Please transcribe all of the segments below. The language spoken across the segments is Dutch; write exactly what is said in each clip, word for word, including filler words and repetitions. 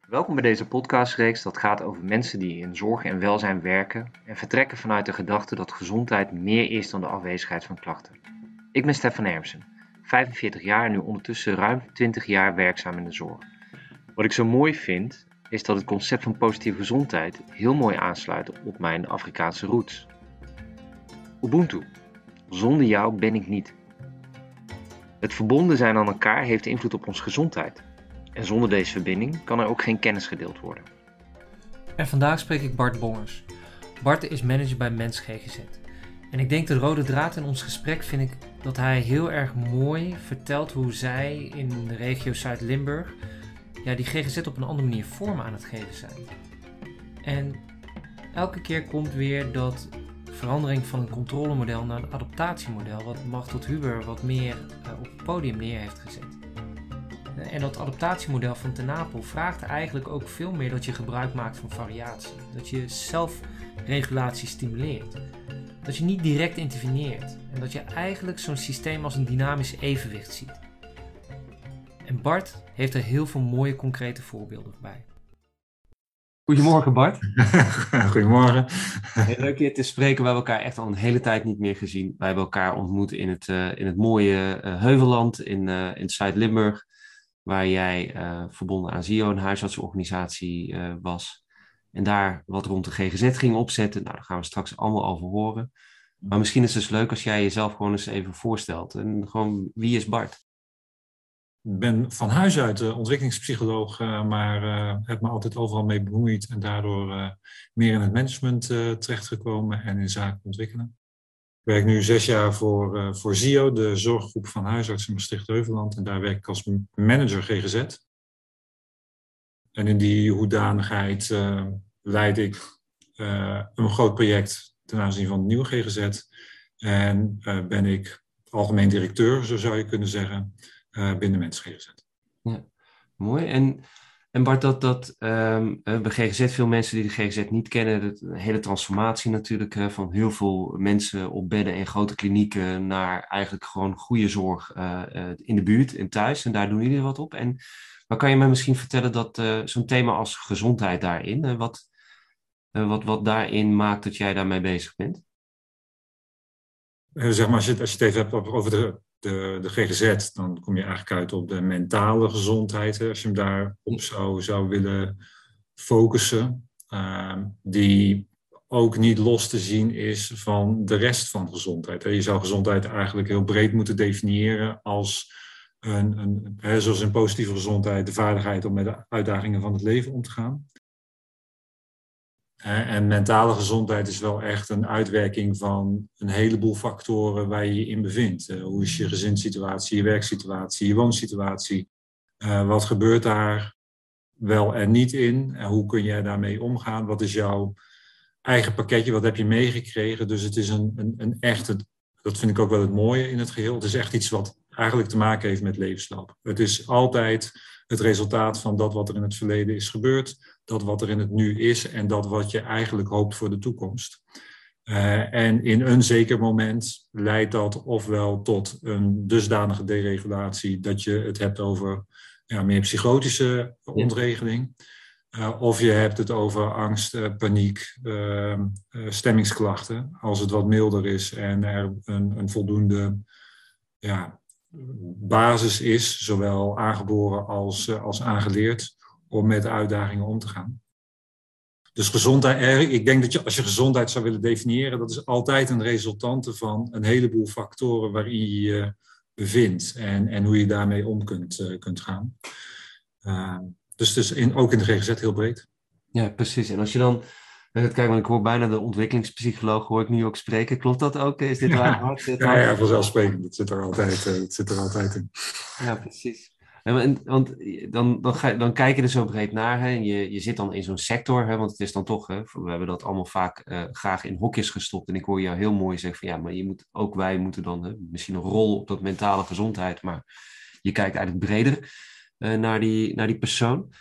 Welkom bij deze podcastreeks dat gaat over mensen die in zorg en welzijn werken en vertrekken vanuit de gedachte dat gezondheid meer is dan de afwezigheid van klachten. Ik ben Stefan Ermsen, vijfenveertig jaar en nu ondertussen ruim twintig jaar werkzaam in de zorg. Wat ik zo mooi vind, is dat het concept van positieve gezondheid heel mooi aansluit op mijn Afrikaanse roots. Ubuntu. Zonder jou ben ik niet. Het verbonden zijn aan elkaar heeft invloed op onze gezondheid. En zonder deze verbinding kan er ook geen kennis gedeeld worden. En vandaag spreek ik Bart Bongers. Bart is manager bij Mens G G Z. En ik denk de rode draad in ons gesprek vind ik dat hij heel erg mooi vertelt hoe zij in de regio Zuid-Limburg ja, die G G Z op een andere manier vormen aan het geven zijn. En elke keer komt weer dat verandering van een controlemodel naar een adaptatiemodel, wat Machtel Huber wat meer uh, op het podium neer heeft gezet. En dat adaptatiemodel van Ten Apel vraagt eigenlijk ook veel meer dat je gebruik maakt van variatie. Dat je zelfregulatie stimuleert. Dat je niet direct interveneert. En dat je eigenlijk zo'n systeem als een dynamisch evenwicht ziet. En Bart heeft er heel veel mooie concrete voorbeelden bij. Goedemorgen Bart. Goedemorgen. Heel leuk je te spreken. We hebben elkaar echt al een hele tijd niet meer gezien. Wij hebben elkaar ontmoet in het, uh, in het mooie uh, Heuvelland in, uh, in Zuid-Limburg. Waar jij uh, verbonden aan Z I O, een huisartsenorganisatie, uh, was. En daar wat rond de G G Z ging opzetten. Nou, daar gaan we straks allemaal over horen. Maar misschien is het dus leuk als jij jezelf gewoon eens even voorstelt. En gewoon, wie is Bart? Ik ben van huis uit uh, ontwikkelingspsycholoog, uh, maar uh, heb me altijd overal mee bemoeid. En daardoor uh, meer in het management uh, terechtgekomen en in zaken ontwikkelen. Ik werk nu zes jaar voor, uh, voor Z I O, de zorggroep van huisartsen Maastricht-Heuvelland. En daar werk ik als manager G G Z. En in die hoedanigheid uh, leid ik uh, een groot project ten aanzien van het nieuwe G G Z. En uh, ben ik algemeen directeur, zo zou je kunnen zeggen, uh, binnen Mens G G Z. Ja, mooi. En... En Bart, dat, dat um, bij G G Z, veel mensen die de G G Z niet kennen, de hele transformatie natuurlijk, uh, van heel veel mensen op bedden en grote klinieken naar eigenlijk gewoon goede zorg uh, uh, in de buurt en thuis. En daar doen jullie wat op. En maar kan je me misschien vertellen dat uh, zo'n thema als gezondheid daarin, uh, wat, uh, wat, wat daarin maakt dat jij daarmee bezig bent? Uh, zeg maar, als je, als je het even hebt over de... De, de G G Z, dan kom je eigenlijk uit op de mentale gezondheid. Hè, als je hem daarop zou, zou willen focussen. Uh, die ook niet los te zien is van de rest van gezondheid. Hè. Je zou gezondheid eigenlijk heel breed moeten definiëren als, een, een, hè, zoals in positieve gezondheid, de vaardigheid om met de uitdagingen van het leven om te gaan. En mentale gezondheid is wel echt een uitwerking van een heleboel factoren waar je je in bevindt. Hoe is je gezinssituatie, je werksituatie, je woonsituatie? Uh, wat gebeurt daar wel en niet in? En hoe kun jij daarmee omgaan? Wat is jouw eigen pakketje? Wat heb je meegekregen? Dus het is een, een, een echte, dat vind ik ook wel het mooie in het geheel. Het is echt iets wat eigenlijk te maken heeft met levensloop. Het is altijd het resultaat van dat wat er in het verleden is gebeurd, dat wat er in het nu is en dat wat je eigenlijk hoopt voor de toekomst. Uh, en in een zeker moment leidt dat ofwel tot een dusdanige deregulatie dat je het hebt over ja, meer psychotische ontregeling. Uh, of je hebt het over angst, uh, paniek, uh, uh, stemmingsklachten. Als het wat milder is en er een, een voldoende ja, basis is, zowel aangeboren als, uh, als aangeleerd, om met uitdagingen om te gaan. Dus gezondheid, ik denk dat je, als je gezondheid zou willen definiëren, dat is altijd een resultante van een heleboel factoren waarin je je bevindt en, en hoe je daarmee om kunt, uh, kunt gaan. Uh, dus dus in, ook in de G G Z heel breed. Ja, precies. En als je dan... Kijk, want ik hoor bijna de ontwikkelingspsycholoog, hoor ik nu ook spreken. Klopt dat ook? Is dit waar? Ja, ja, ja, vanzelfsprekend. Dat zit er altijd, uh, dat zit er altijd in. Ja, precies. En, want dan, dan, ga, dan kijk je er zo breed naar. Hè, en je, je zit dan in zo'n sector, hè, want het is dan toch... Hè, we hebben dat allemaal vaak uh, graag in hokjes gestopt. En ik hoor jou heel mooi zeggen van ja, maar je moet, ook wij moeten dan hè, misschien een rol op dat mentale gezondheid. Maar je kijkt eigenlijk breder uh, naar, die, naar die persoon.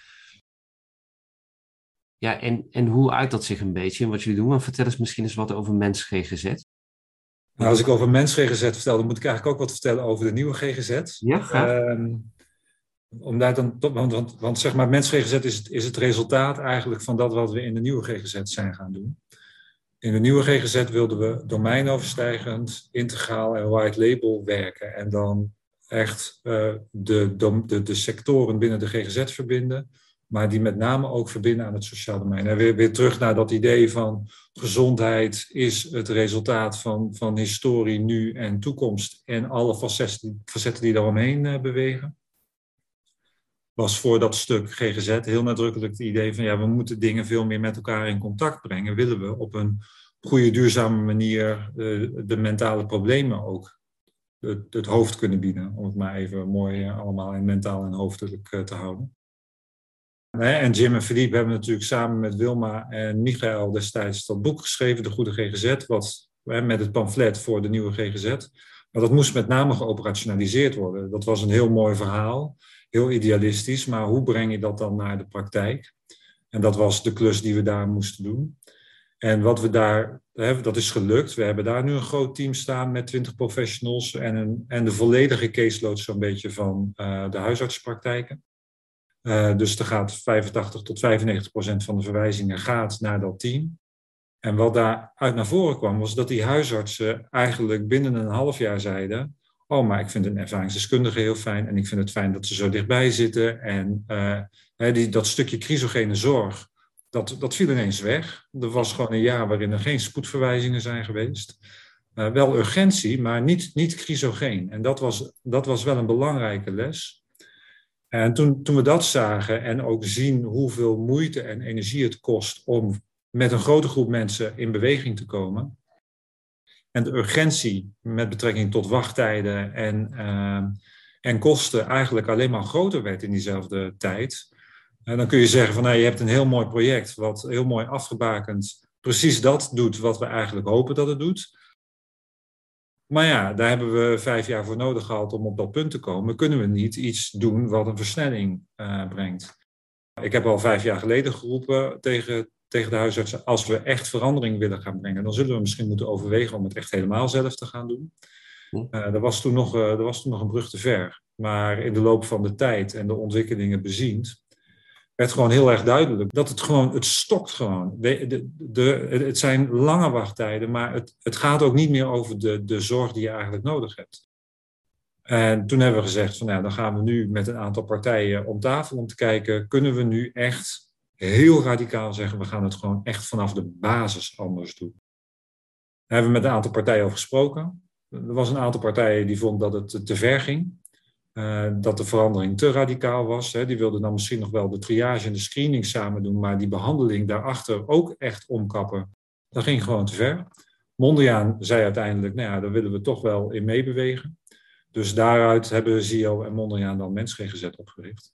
Ja, en, en hoe uit dat zich een beetje en wat jullie doen? Maar vertel eens misschien eens wat over Mens G G Z. Nou, als ik over Mens G G Z vertel, dan moet ik eigenlijk ook wat vertellen over de nieuwe G G Z. Ja, graag. Um, Omdat dan, want, want, want zeg maar, Mens G G Z is het, is het resultaat eigenlijk van dat wat we in de nieuwe G G Z zijn gaan doen. In de nieuwe G G Z wilden we domeinoverstijgend, integraal en white label werken. En dan echt uh, de, de, de sectoren binnen de G G Z verbinden, maar die met name ook verbinden aan het sociaal domein. En weer, weer terug naar dat idee van gezondheid is het resultaat van, van historie, nu en toekomst en alle facetten, facetten die daaromheen uh, bewegen. Was voor dat stuk G G Z heel nadrukkelijk het idee van ja, we moeten dingen veel meer met elkaar in contact brengen. Willen we op een goede, duurzame manier uh, de mentale problemen ook het, het hoofd kunnen bieden. Om het maar even mooi uh, allemaal in mentaal en hoofdelijk uh, te houden. Nee, en Jim en Philippe hebben natuurlijk samen met Wilma en Michael destijds dat boek geschreven, De Goede G G Z, wat, uh, met het pamflet voor de nieuwe G G Z. Maar dat moest met name geoperationaliseerd worden. Dat was een heel mooi verhaal. Heel idealistisch, maar hoe breng je dat dan naar de praktijk? En dat was de klus die we daar moesten doen. En wat we daar, dat is gelukt. We hebben daar nu een groot team staan met twintig professionals en, een, en de volledige caseload zo'n beetje van uh, de huisartsenpraktijken. Uh, dus er gaat vijfentachtig tot vijfennegentig procent van de verwijzingen gaat naar dat team. En wat daaruit naar voren kwam, was dat die huisartsen eigenlijk binnen een half jaar zeiden: oh, maar ik vind een ervaringsdeskundige heel fijn en ik vind het fijn dat ze zo dichtbij zitten. En uh, die, dat stukje chrysogene zorg, dat, dat viel ineens weg. Er was gewoon een jaar waarin er geen spoedverwijzingen zijn geweest. Uh, wel urgentie, maar niet, niet chrysogeen. En dat was, dat was wel een belangrijke les. En toen, toen we dat zagen en ook zien hoeveel moeite en energie het kost om met een grote groep mensen in beweging te komen. En de urgentie met betrekking tot wachttijden en, uh, en kosten eigenlijk alleen maar groter werd in diezelfde tijd. En dan kun je zeggen van nou, je hebt een heel mooi project wat heel mooi afgebakend precies dat doet wat we eigenlijk hopen dat het doet. Maar ja, daar hebben we vijf jaar voor nodig gehad om op dat punt te komen. Kunnen we niet iets doen wat een versnelling uh, brengt? Ik heb al vijf jaar geleden geroepen tegen tegen de huisartsen, als we echt verandering willen gaan brengen, dan zullen we misschien moeten overwegen om het echt helemaal zelf te gaan doen. Uh, er, was toen nog, uh, er was toen nog een brug te ver. Maar in de loop van de tijd en de ontwikkelingen beziend, werd gewoon heel erg duidelijk dat het gewoon, het stokt gewoon. De, de, de, het zijn lange wachttijden, maar het, het gaat ook niet meer over de, de zorg die je eigenlijk nodig hebt. En toen hebben we gezegd van nou, dan gaan we nu met een aantal partijen om tafel om te kijken, kunnen we nu echt heel radicaal zeggen, we gaan het gewoon echt vanaf de basis anders doen. Daar hebben we met een aantal partijen over gesproken. Er was een aantal partijen die vonden dat het te ver ging. Uh, dat de verandering te radicaal was. Hè. Die wilden dan misschien nog wel de triage en de screening samen doen, maar die behandeling daarachter ook echt omkappen. Dat ging gewoon te ver. Mondriaan zei uiteindelijk, nou ja, daar willen we toch wel in meebewegen. Dus daaruit hebben Z I O en Mondriaan dan Mens G G Z opgericht.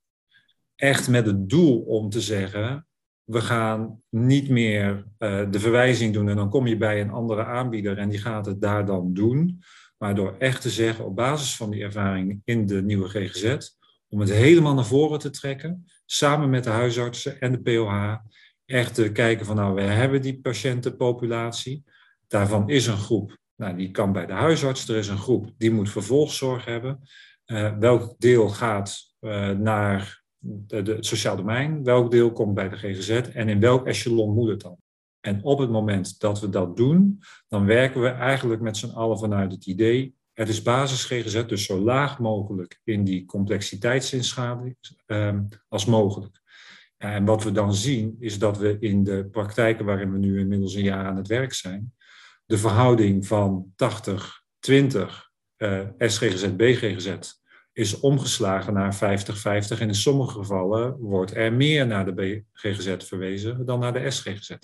Echt met het doel om te zeggen, we gaan niet meer uh, de verwijzing doen en dan kom je bij een andere aanbieder en die gaat het daar dan doen. Maar door echt te zeggen, op basis van die ervaring in de nieuwe G G Z, om het helemaal naar voren te trekken, samen met de huisartsen en de P O H, echt te kijken van nou, we hebben die patiëntenpopulatie. Daarvan is een groep, nou, die kan bij de huisarts, er is een groep die moet vervolgzorg hebben. Uh, welk deel gaat uh, naar De, de, het sociaal domein, welk deel komt bij de G G Z en in welk echelon moet het dan? En op het moment dat we dat doen, dan werken we eigenlijk met z'n allen vanuit het idee, het is basis G G Z, dus zo laag mogelijk in die complexiteitsinschading um, als mogelijk. En wat we dan zien, is dat we in de praktijken waarin we nu inmiddels een jaar aan het werk zijn, de verhouding van tachtig twintig uh, S G G Z, B G G Z, is omgeslagen naar vijftig vijftig en in sommige gevallen wordt er meer naar de B G G Z verwezen dan naar de S G G Z.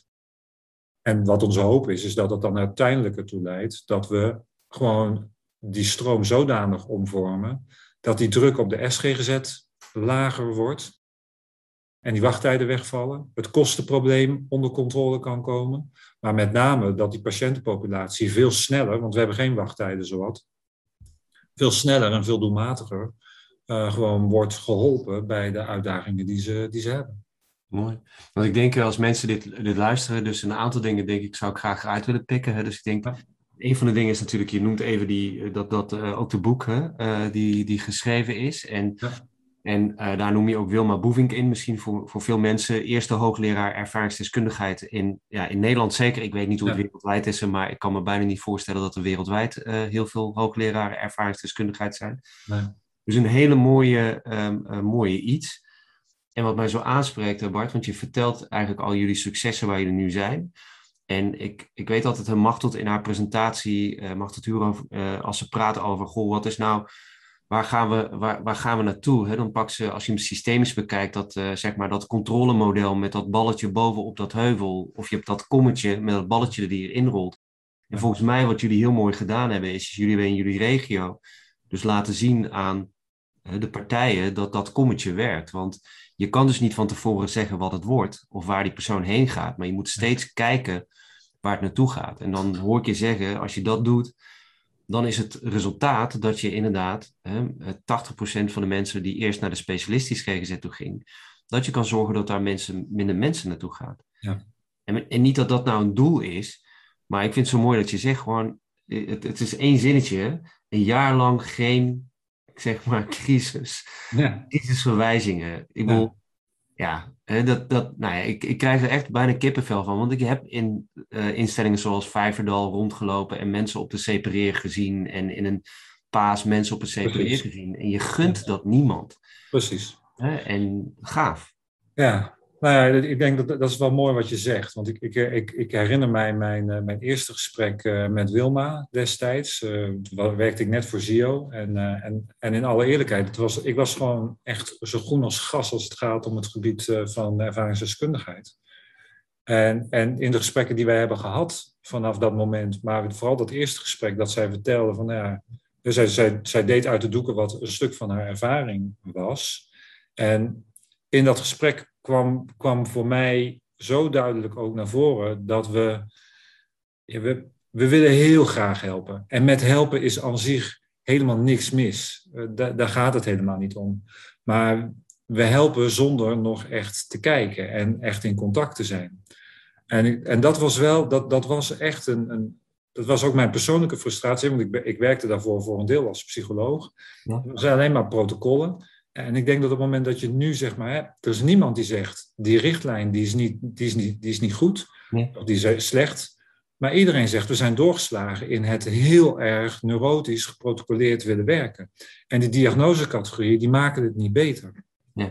En wat onze hoop is, is dat het dan uiteindelijk ertoe leidt dat we gewoon die stroom zodanig omvormen dat die druk op de S G G Z lager wordt en die wachttijden wegvallen, het kostenprobleem onder controle kan komen, maar met name dat die patiëntenpopulatie veel sneller, want we hebben geen wachttijden zowat, veel sneller en veel doelmatiger uh, gewoon wordt geholpen bij de uitdagingen die ze, die ze hebben. Mooi. Want ik denk als mensen dit, dit luisteren, dus een aantal dingen denk ik zou ik graag uit willen pikken. Hè? Dus ik denk, ja. Een van de dingen is natuurlijk, je noemt even die, dat, dat uh, ook de boek hè, uh, die, die geschreven is. En ja. En uh, daar noem je ook Wilma Boevink in, misschien voor, voor veel mensen. Eerste hoogleraar ervaringsdeskundigheid in, ja, in Nederland zeker. Ik weet niet hoe het ja. wereldwijd is, maar ik kan me bijna niet voorstellen dat er wereldwijd uh, heel veel hoogleraren ervaringsdeskundigheid zijn. Nee. Dus een hele mooie, um, uh, mooie iets. En wat mij zo aanspreekt, Bart, want je vertelt eigenlijk al jullie successen waar jullie nu zijn. En ik, ik weet altijd, Machteld in haar presentatie, uh, Machteld Huur, uh, als ze praten over, goh, wat is nou... Waar gaan we, waar, waar gaan we naartoe? Hè? Dan pak ze, als je hem systemisch bekijkt, dat, uh, zeg maar, dat controlemodel met dat balletje bovenop dat heuvel. Of je hebt dat kommetje met dat balletje die erin rolt. En volgens mij wat jullie heel mooi gedaan hebben, is jullie hebben in jullie regio dus laten zien aan uh, de partijen dat dat kommetje werkt. Want je kan dus niet van tevoren zeggen wat het wordt of waar die persoon heen gaat. Maar je moet steeds kijken waar het naartoe gaat. En dan hoor ik je zeggen, als je dat doet, dan is het resultaat dat je inderdaad hè, tachtig procent van de mensen die eerst naar de specialistisch G G Z toe ging, dat je kan zorgen dat daar mensen, minder mensen naartoe gaan. Ja. En, en niet dat dat nou een doel is, maar ik vind het zo mooi dat je zegt gewoon, het, het is één zinnetje, een jaar lang geen, zeg maar, crisis, ja. crisisverwijzingen. Ik bedoel, ja, ja dat, dat, nou ja, ik, ik krijg er echt bijna kippenvel van, want ik heb in uh, instellingen zoals Vijverdal rondgelopen en mensen op de separeer gezien en in een paas mensen op een separeer gezien. En je gunt ja. dat niemand. Precies. Hè? En gaaf. Ja, nou ja, ik denk dat dat is wel mooi wat je zegt. Want ik, ik, ik, ik herinner mij mijn, mijn eerste gesprek uh, met Wilma destijds. Uh, toen werkte ik net voor Z I O. En, uh, en, en in alle eerlijkheid, het was, ik was gewoon echt zo groen als gas als het gaat om het gebied uh, van ervaringsdeskundigheid. En, en in de gesprekken die wij hebben gehad vanaf dat moment, maar vooral dat eerste gesprek dat zij vertelde van, ja, zij, zij, zij deed uit de doeken wat een stuk van haar ervaring was. En in dat gesprek kwam, kwam voor mij zo duidelijk ook naar voren dat we, ja, we, we willen heel graag helpen. En met helpen is aan zich helemaal niks mis. Uh, da, daar gaat het helemaal niet om. Maar we helpen zonder nog echt te kijken en echt in contact te zijn. En, en dat was wel, dat, dat was echt een, een, dat was ook mijn persoonlijke frustratie, want ik, ik werkte daarvoor voor een deel als psycholoog. Ja. Er zijn alleen maar protocollen. En ik denk dat op het moment dat je nu zeg maar, hè, er is niemand die zegt, die richtlijn die is niet, die is niet, die is niet goed, nee. of die is slecht. Maar iedereen zegt, we zijn doorgeslagen in het heel erg neurotisch geprotocoleerd willen werken. En die diagnosecategorieën, die maken het niet beter. Ja.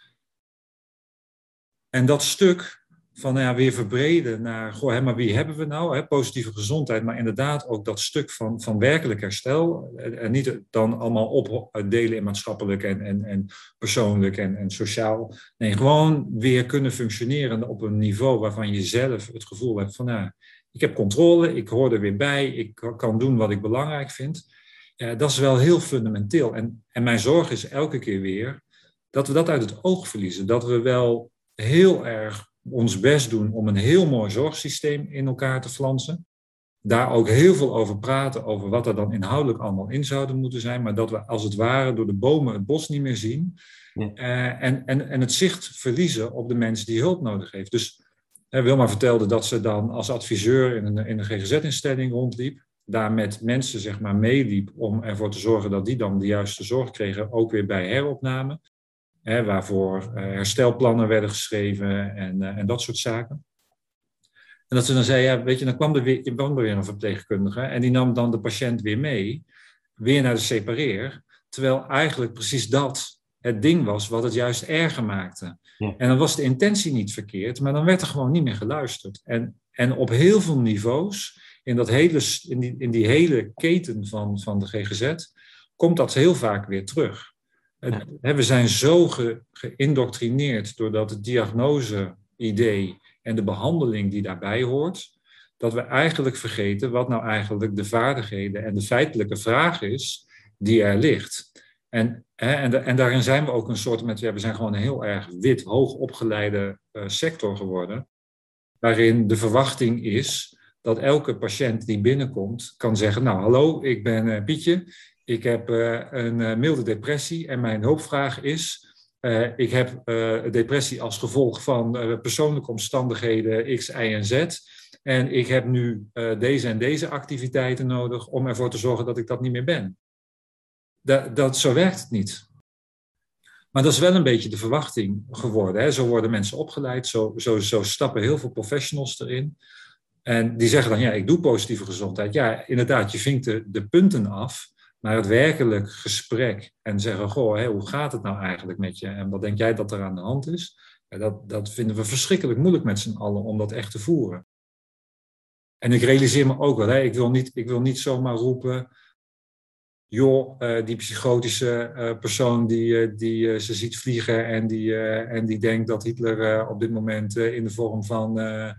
En dat stuk van nou ja, weer verbreden naar, goh, hè, maar wie hebben we nou? Hè, positieve gezondheid, maar inderdaad ook dat stuk van, van werkelijk herstel. En niet dan allemaal opdelen in maatschappelijk en, en, en persoonlijk en, en sociaal. Nee, gewoon weer kunnen functioneren op een niveau waarvan je zelf het gevoel hebt van, nou, ik heb controle, ik hoor er weer bij, ik kan doen wat ik belangrijk vind. Ja, dat is wel heel fundamenteel. En, en mijn zorg is elke keer weer dat we dat uit het oog verliezen. Dat we wel heel erg ons best doen om een heel mooi zorgsysteem in elkaar te flansen. Daar ook heel veel over praten, over wat er dan inhoudelijk allemaal in zouden moeten zijn, maar dat we als het ware door de bomen het bos niet meer zien. Ja. Uh, en, en, en het zicht verliezen op de mens die hulp nodig heeft. Dus uh, Wilma vertelde dat ze dan als adviseur in een, in een G G Z-instelling rondliep, daar met mensen zeg maar meeliep om ervoor te zorgen dat die dan de juiste zorg kregen, ook weer bij heropname. Hè, waarvoor uh, herstelplannen werden geschreven en, uh, en dat soort zaken. En dat ze dan zei, ja, weet je, dan kwam er weer, kwam er weer een verpleegkundige en die nam dan de patiënt weer mee, weer naar de separeer, terwijl eigenlijk precies dat het ding was wat het juist erger maakte. Ja. En dan was de intentie niet verkeerd, maar dan werd er gewoon niet meer geluisterd. En, en op heel veel niveaus, in, dat hele, in, die, in die hele keten van, van de G G Z, komt dat heel vaak weer terug. Ja. We zijn zo ge, geïndoctrineerd door dat diagnose-idee en de behandeling die daarbij hoort, dat we eigenlijk vergeten wat nou eigenlijk de vaardigheden en de feitelijke vraag is die er ligt. En, en, en daarin zijn we ook een soort met, ja, we zijn gewoon een heel erg wit, hoogopgeleide uh, sector geworden, waarin de verwachting is dat elke patiënt die binnenkomt kan zeggen, nou hallo, ik ben uh, Pietje, ik heb uh, een uh, milde depressie en mijn hulpvraag is, uh, ik heb uh, depressie als gevolg van uh, persoonlijke omstandigheden X, Y en Z en ik heb nu uh, deze en deze activiteiten nodig om ervoor te zorgen dat ik dat niet meer ben. Dat, dat, zo werkt het niet. Maar dat is wel een beetje de verwachting geworden. Hè? Zo worden mensen opgeleid, zo, zo, zo stappen heel veel professionals erin. En die zeggen dan, ja, ik doe positieve gezondheid. Ja, inderdaad, je vinkt de, de punten af, maar het werkelijk gesprek en zeggen, goh, hè, hoe gaat het nou eigenlijk met je? En wat denk jij dat er aan de hand is? Ja, dat, dat vinden we verschrikkelijk moeilijk met z'n allen om dat echt te voeren. En ik realiseer me ook wel, hè, ik, wil niet, ik wil niet zomaar roepen, joh, uh, die psychotische uh, persoon die, uh, die uh, ze ziet vliegen en die, uh, en die denkt dat Hitler uh, op dit moment uh, in de vorm van uh,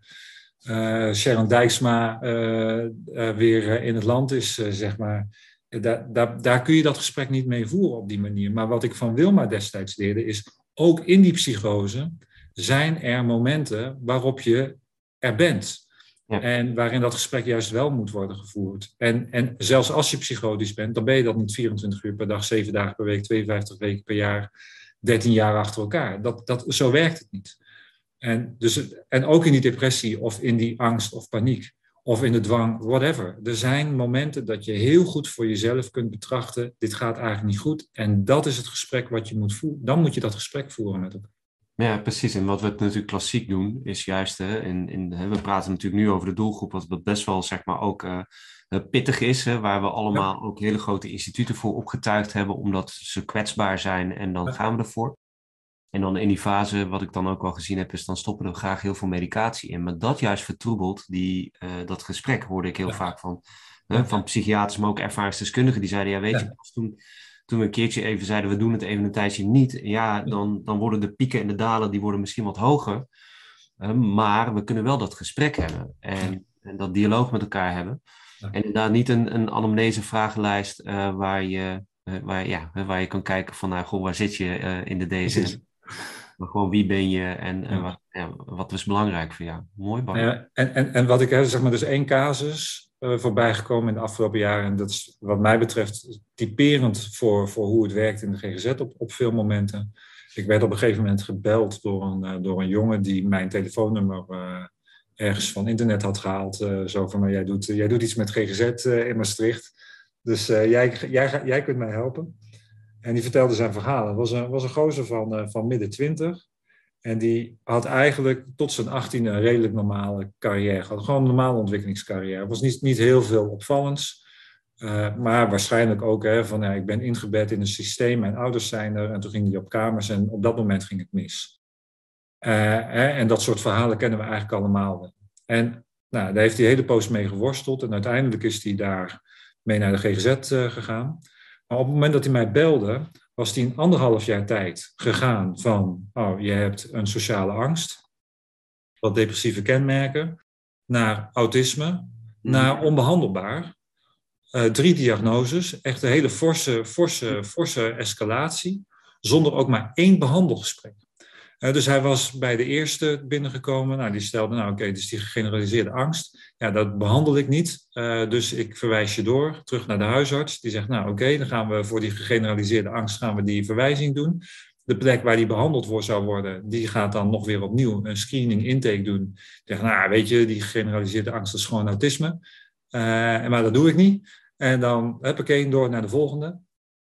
uh, Sharon Dijksma uh, uh, weer uh, in het land is, uh, zeg maar. Da, da, daar kun je dat gesprek niet mee voeren op die manier. Maar wat ik van Wilma destijds leerde is, ook in die psychose zijn er momenten waarop je er bent. Ja. En waarin dat gesprek juist wel moet worden gevoerd. En, en zelfs als je psychotisch bent, dan ben je dat niet vierentwintig uur per dag, zeven dagen per week, tweeënvijftig weken per jaar, dertien jaar achter elkaar. Dat, dat, zo werkt het niet. En, dus, en ook in die depressie of in die angst of paniek of in de dwang, whatever. Er zijn momenten dat je heel goed voor jezelf kunt betrachten, dit gaat eigenlijk niet goed. En dat is het gesprek wat je moet voeren. Dan moet je dat gesprek voeren met elkaar. Ja, precies. En wat we natuurlijk klassiek doen, is juist, hè, in, in, hè, we praten natuurlijk nu over de doelgroep, wat, wat best wel, zeg maar, ook uh, pittig is, hè, waar we allemaal ja. ook hele grote instituten voor opgetuigd hebben, omdat ze kwetsbaar zijn en dan ja. gaan we ervoor. En dan in die fase, wat ik dan ook wel gezien heb, is dan stoppen we graag heel veel medicatie in. Maar dat juist vertroebelt, die, uh, dat gesprek hoorde ik heel ja. vaak van, ja. uh, van psychiaters, maar ook ervaringsdeskundigen, die zeiden, ja weet ja. je, pas toen... Toen we een keertje even zeiden, we doen het even een tijdje niet. Ja, dan, dan worden de pieken en de dalen, die worden misschien wat hoger. Uh, maar we kunnen wel dat gesprek hebben. En, en dat dialoog met elkaar hebben. Ja. En inderdaad niet een, een anamnese vragenlijst uh, waar, je, uh, waar, ja, waar je kan kijken van, nou, goh, waar zit je uh, in de D S M? Maar gewoon wie ben je en, en ja. wat, ja, wat is belangrijk voor jou? Mooi, Bart. Ja, en, en, en wat ik heb, zeg maar, dus één casus uh, voorbij gekomen in de afgelopen jaren. En dat is wat mij betreft typerend voor, voor hoe het werkt in de G G Z op, op veel momenten. Ik werd op een gegeven moment gebeld door een, uh, door een jongen die mijn telefoonnummer uh, ergens van internet had gehaald. Uh, zo van, nou, jij, doet, jij doet iets met G G Z uh, in Maastricht. Dus uh, jij, jij, jij kunt mij helpen. En die vertelde zijn verhaal. Het was een, was een gozer van, uh, van midden twintig. En die had eigenlijk tot zijn achttiende een redelijk normale carrière gehad. Gewoon een normale ontwikkelingscarrière. Het was niet, niet heel veel opvallends. Uh, maar waarschijnlijk ook hè, van ja, ik ben ingebed in een systeem. Mijn ouders zijn er. En toen ging hij op kamers. En op dat moment ging het mis. Uh, hè, en dat soort verhalen kennen we eigenlijk allemaal. En nou, daar heeft hij een hele poos mee geworsteld. En uiteindelijk is hij daar mee naar de G G Z uh, gegaan. Maar op het moment dat hij mij belde, was hij in anderhalf jaar tijd gegaan van, oh, je hebt een sociale angst, wat depressieve kenmerken, naar autisme, naar onbehandelbaar. Uh, drie diagnoses, echt een hele forse, forse, forse escalatie, zonder ook maar één behandelgesprek. Uh, dus hij was bij de eerste binnengekomen. Nou, die stelde, nou oké, okay, dus die gegeneraliseerde angst. Ja, dat behandel ik niet. Uh, dus ik verwijs je door, terug naar de huisarts. Die zegt, nou oké, okay, dan gaan we voor die gegeneraliseerde angst gaan we die verwijzing doen. De plek waar die behandeld voor zou worden, die gaat dan nog weer opnieuw een screening intake doen. Die zegt, nou weet je, die gegeneraliseerde angst is gewoon autisme. Uh, maar dat doe ik niet. En dan heb ik één door naar de volgende.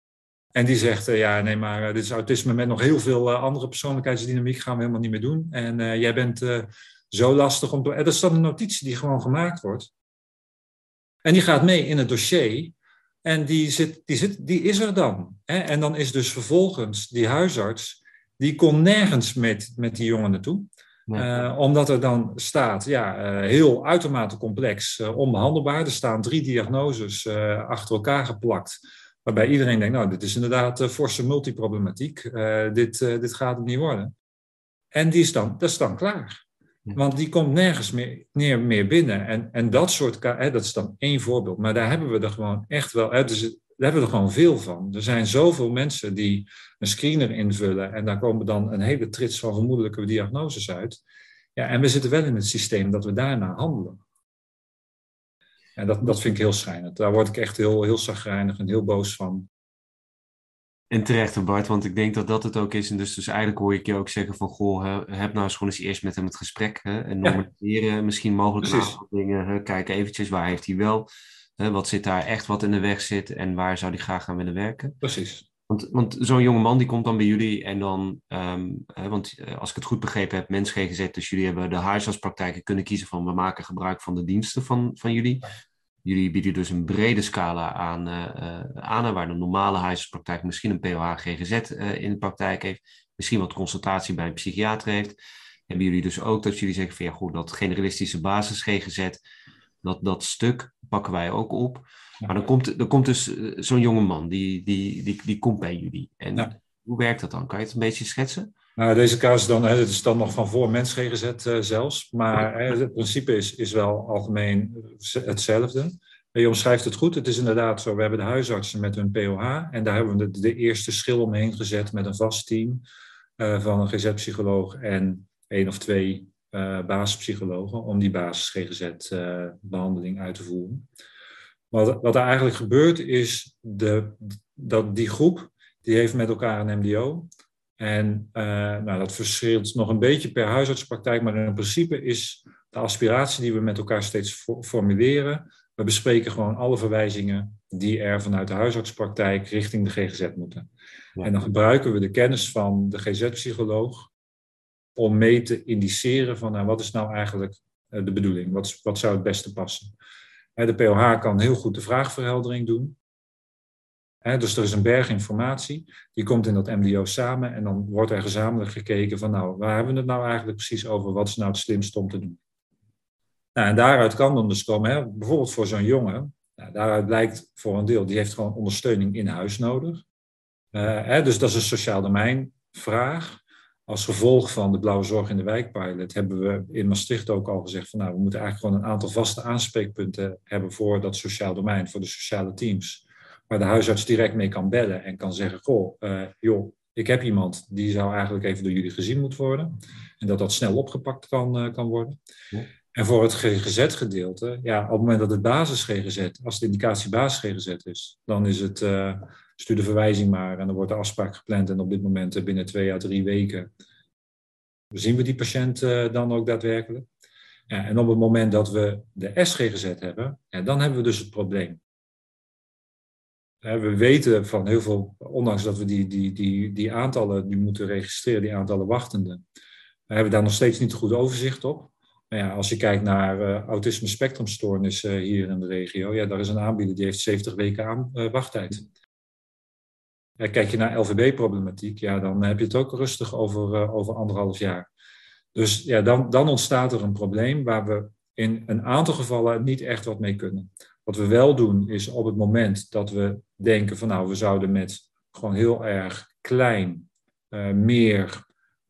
En die zegt, uh, ja, nee, maar uh, dit is autisme met nog heel veel uh, andere persoonlijkheidsdynamiek, gaan we helemaal niet meer doen. En uh, jij bent uh, zo lastig om te... En dat is dan een notitie die gewoon gemaakt wordt. En die gaat mee in het dossier. En die, zit, die, zit, die is er dan. Hè? En dan is dus vervolgens die huisarts, die kon nergens met, met die jongen naartoe. Nee. Uh, omdat er dan staat, ja, uh, heel uitermate complex, uh, onbehandelbaar. Er staan drie diagnoses uh, achter elkaar geplakt. Waarbij iedereen denkt, nou, dit is inderdaad uh, forse multiproblematiek. Uh, dit, uh, dit gaat het niet worden. En die is dan, dat is dan klaar. Ja. Want die komt nergens meer, neer, meer binnen. En, en dat soort, hè, dat is dan één voorbeeld. Maar daar hebben we er gewoon echt wel, hè, dus, daar hebben we er gewoon veel van. Er zijn zoveel mensen die een screener invullen. En daar komen dan een hele trits van vermoedelijke diagnoses uit. Ja, en we zitten wel in het systeem dat we daarna handelen. En dat, dat vind ik heel schrijnend. Daar word ik echt heel, heel chagrijnig en heel boos van. En terecht, Bart, want ik denk dat dat het ook is. En dus, dus eigenlijk hoor ik je ook zeggen van, goh, heb nou eens gewoon eens eerst met hem het gesprek. Hè, en normaliseren, ja. Misschien mogelijk een aantal dingen. Hè, kijken eventjes, waar heeft hij wel? Hè, wat zit daar echt wat in de weg zit? En waar zou hij graag aan willen werken? Precies. Want, want zo'n jonge man die komt dan bij jullie en dan, um, uh, want uh, als ik het goed begrepen heb, Mens G G Z, dus jullie hebben de huisartspraktijken kunnen kiezen van we maken gebruik van de diensten van, van jullie. Jullie bieden dus een brede scala aan, uh, uh, aan waar de normale huisartspraktijk misschien een P O H G G Z uh, in de praktijk heeft, misschien wat consultatie bij een psychiater heeft. Hebben jullie dus ook dat jullie zeggen van ja goed, dat generalistische basis G G Z, dat, dat stuk pakken wij ook op. Maar dan komt, dan komt dus uh, zo'n jonge man, die, die, die, die komt bij jullie. En ja. Hoe werkt dat dan? Kan je het een beetje schetsen? Nou, deze casus dan, hè, dit is dan nog van voor Mens G G Z uh, zelfs. Maar hè, het principe is, is wel algemeen hetzelfde. Je omschrijft het goed. Het is inderdaad zo, we hebben de huisartsen met hun P O H. En daar hebben we de, de eerste schil omheen gezet met een vast team uh, van een G Z psycholoog en één of twee uh, basispsychologen om die basis G G Z uh, behandeling uit te voeren. Wat, wat er eigenlijk gebeurt is de, dat die groep die heeft met elkaar een M D O. En uh, nou, dat verschilt nog een beetje per huisartspraktijk, maar in principe is de aspiratie die we met elkaar steeds for- formuleren. We bespreken gewoon alle verwijzingen die er vanuit de huisartspraktijk richting de G G Z moeten. Ja. En dan gebruiken we de kennis van de G Z-psycholoog om mee te indiceren van nou, wat is nou eigenlijk uh, de bedoeling? Wat, wat zou het beste passen? Uh, de P O H kan heel goed de vraagverheldering doen. He, dus er is een berg informatie, die komt in dat M D O samen en dan wordt er gezamenlijk gekeken van nou, waar hebben we het nou eigenlijk precies over, wat is nou het slimste om te doen. Nou, en daaruit kan dan dus komen, hè, bijvoorbeeld voor zo'n jongen, nou, daaruit blijkt voor een deel, die heeft gewoon ondersteuning in huis nodig. Uh, hè, dus dat is een sociaal domein vraag. Als gevolg van de Blauwe Zorg in de Wijkpilot hebben we in Maastricht ook al gezegd van nou, we moeten eigenlijk gewoon een aantal vaste aanspreekpunten hebben voor dat sociaal domein, voor de sociale teams. Waar de huisarts direct mee kan bellen en kan zeggen, goh, uh, joh, ik heb iemand die zou eigenlijk even door jullie gezien moeten worden. En dat dat snel opgepakt kan, uh, kan worden. Ja. En voor het G G Z-gedeelte, ja, op het moment dat het basis-G G Z, als de indicatie basis-G G Z is, dan is het, uh, stuur de verwijzing maar en dan wordt de afspraak gepland. En op dit moment uh, binnen twee à drie weken zien we die patiënt uh, dan ook daadwerkelijk. Ja, en op het moment dat we de S G G Z hebben, ja, dan hebben we dus het probleem. We weten van heel veel, ondanks dat we die, die, die, die aantallen nu moeten registreren, die aantallen wachtenden, hebben we daar nog steeds niet een goed overzicht op. Maar ja, als je kijkt naar uh, autisme spectrumstoornis uh, hier in de regio, ja, daar is een aanbieder die heeft zeventig weken aan uh, wachttijd. Ja, kijk je naar L V B-problematiek, ja, dan heb je het ook rustig over, uh, over anderhalf jaar. Dus ja, dan, dan ontstaat er een probleem waar we in een aantal gevallen niet echt wat mee kunnen. Wat we wel doen is op het moment dat we denken van nou, we zouden met gewoon heel erg klein, uh, meer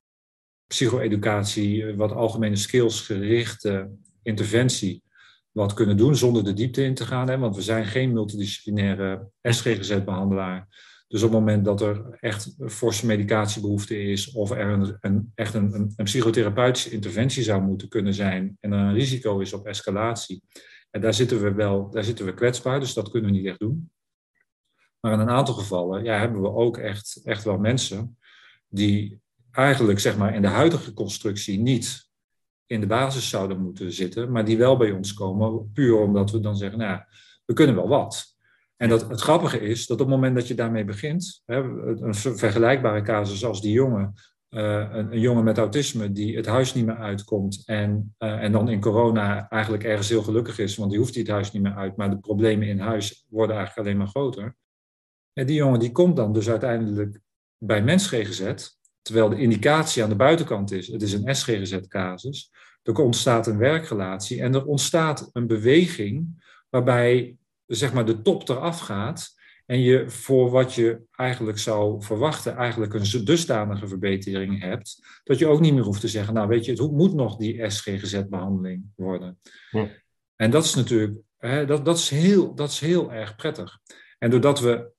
psycho-educatie, wat algemene skills gerichte interventie wat kunnen doen zonder de diepte in te gaan. Hè, want we zijn geen multidisciplinaire S G G Z-behandelaar. Dus op het moment dat er echt forse medicatiebehoefte is of er een, een, echt een, een, een psychotherapeutische interventie zou moeten kunnen zijn en er een risico is op escalatie, en daar zitten we wel, daar zitten we kwetsbaar, dus dat kunnen we niet echt doen. Maar in een aantal gevallen ja, hebben we ook echt, echt wel mensen die eigenlijk zeg maar, in de huidige constructie niet in de basis zouden moeten zitten, maar die wel bij ons komen, puur omdat we dan zeggen, nou ja, we kunnen wel wat. En dat, het grappige is dat op het moment dat je daarmee begint, hè, een vergelijkbare casus als die jongen, uh, een, een jongen met autisme die het huis niet meer uitkomt en, uh, en dan in corona eigenlijk ergens heel gelukkig is, want die hoeft hij het huis niet meer uit, maar de problemen in huis worden eigenlijk alleen maar groter. En die jongen die komt dan dus uiteindelijk bij Mens G G Z, terwijl de indicatie aan de buitenkant is, het is een S G G Z-casus, er ontstaat een werkrelatie en er ontstaat een beweging waarbij zeg maar de top eraf gaat en je voor wat je eigenlijk zou verwachten eigenlijk een dusdanige verbetering hebt, dat je ook niet meer hoeft te zeggen, nou weet je, het moet nog die S G G Z-behandeling worden. Ja. En dat is natuurlijk, hè, dat, dat, is heel, dat is heel erg prettig. En doordat we